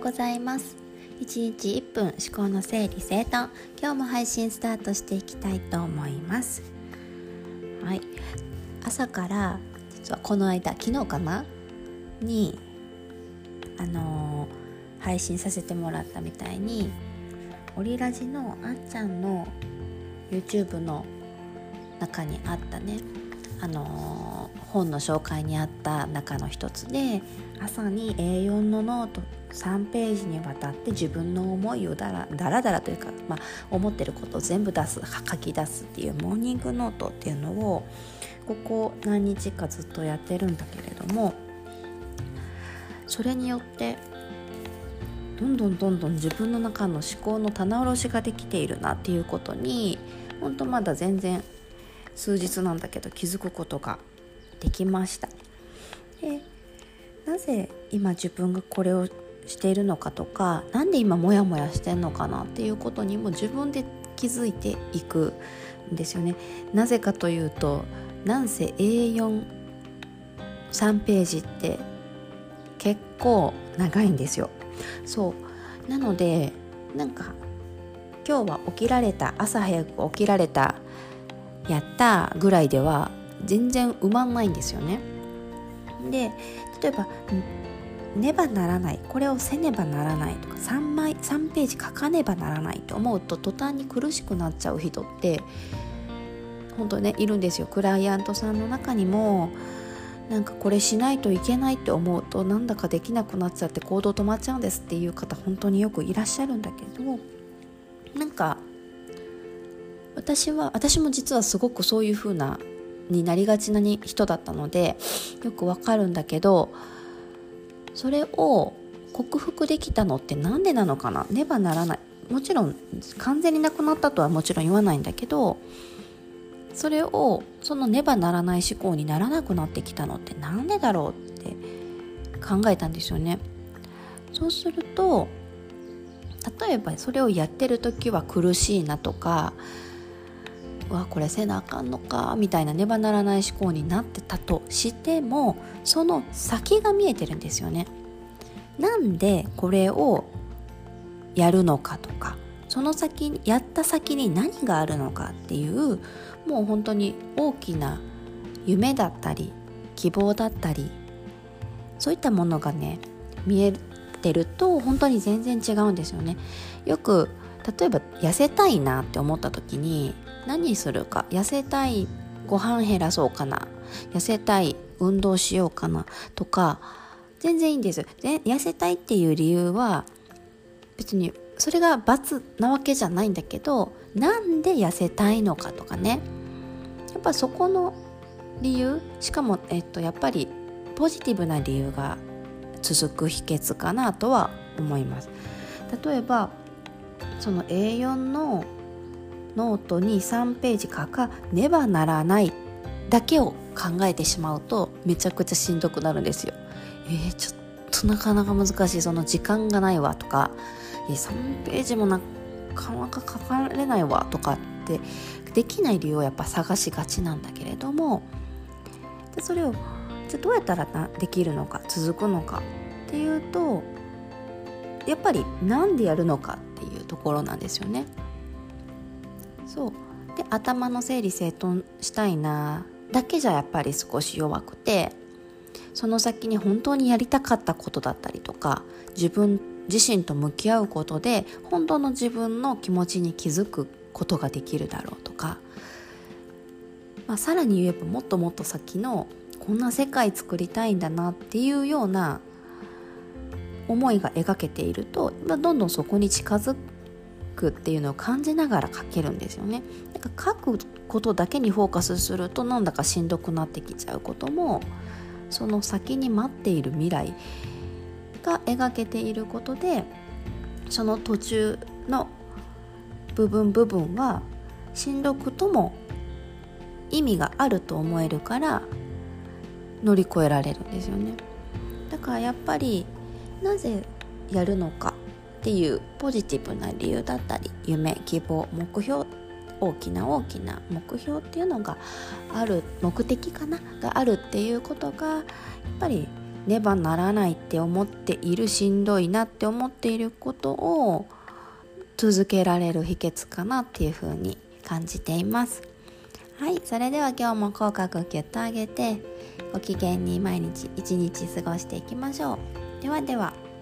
ございます。1日1分思考の整理整頓、今日も配信スタートしていきたいと思います。はい、朝から実はこの間昨日かなに配信させてもらったみたいに、オリラジのあっちゃんの YouTube の中にあったね、本の紹介にあった中の一つで、朝に A4 のノート3ページにわたって自分の思いをだらだらというか、思ってることを全部書き出すっていうモーニングノートっていうのをここ何日かずっとやってるんだけれども、それによってどんどん自分の中の思考の棚卸しができているなっていうことに、本当まだ全然数日なんだけど気づくことができました。で、なぜ今自分がこれをしているのかとか、なんで今モヤモヤしてるのかなっていうことにも自分で気づいていくんですよね。なぜかというと、なんせ A43 ページって結構長いんですよ。そうなので、今日は朝早く起きられたやったぐらいでは全然埋まんないんですよね。で、例えばねばならない、これをせねばならないとか、3ページ書かねばならないと思うと途端に苦しくなっちゃう人って本当ねいるんですよ。クライアントさんの中にもこれしないといけないって思うとなんだかできなくなっちゃって行動止まっちゃうんですっていう方本当によくいらっしゃるんだけど、私も実はすごくそういう風になりがちな人だったのでよくわかるんだけど、それを克服できたのってなんでなのかな。ねばならない、もちろん完全になくなったとはもちろん言わないんだけど、そのねばならない思考にならなくなってきたのってなんでだろうって考えたんですよね。そうすると、例えばそれをやってる時は苦しいなとか、これせなあかんのかみたいなねばならない思考になってたとしても、その先が見えてるんですよね。なんでこれをやるのかとか、その先にやった先に何があるのかっていう、もう本当に大きな夢だったり希望だったり、そういったものがね見えてると本当に全然違うんですよね。よく例えば痩せたいなって思った時に何するか、痩せたいご飯減らそうかな、痩せたい運動しようかなとか全然いいんですよ。痩せたいっていう理由は別にそれが罰なわけじゃないんだけど、なんで痩せたいのかとかね、やっぱそこの理由、しかもやっぱりポジティブな理由が続く秘訣かなとは思います。例えばその A4 のノートに3ページ書かねばならないだけを考えてしまうとめちゃくちゃしんどくなるんですよ。ちょっとなかなか難しい、その時間がないわとか、3ページもなかなか書かれないわとかってできない理由をやっぱ探しがちなんだけれども、でそれをじゃどうやったらできるのか続くのかっていうと、やっぱりなんでやるのかっていうところなんですよね。そうで、頭の整理整頓したいなだけじゃやっぱり少し弱くて、その先に本当にやりたかったことだったりとか、自分自身と向き合うことで本当の自分の気持ちに気づくことができるだろうとか、さらに言えばもっともっと先のこんな世界作りたいんだなっていうような思いが描けていると、どんどんそこに近づくっていうのを感じながら書けるんですよね。書くことだけにフォーカスするとなんだかしんどくなってきちゃうことも、その先に待っている未来が描けていることで、その途中の部分はしんどくとも意味があると思えるから乗り越えられるんですよね。だからやっぱりなぜやるのかっていうポジティブな理由だったり、夢、希望、目標、大きな目標っていうのがある、目的があるっていうことがやっぱりねばならないって思っている、しんどいなって思っていることを続けられる秘訣かなっていう風に感じています。はい、それでは今日も口角キュッと上げてご機嫌に毎日一日過ごしていきましょう。ではでは。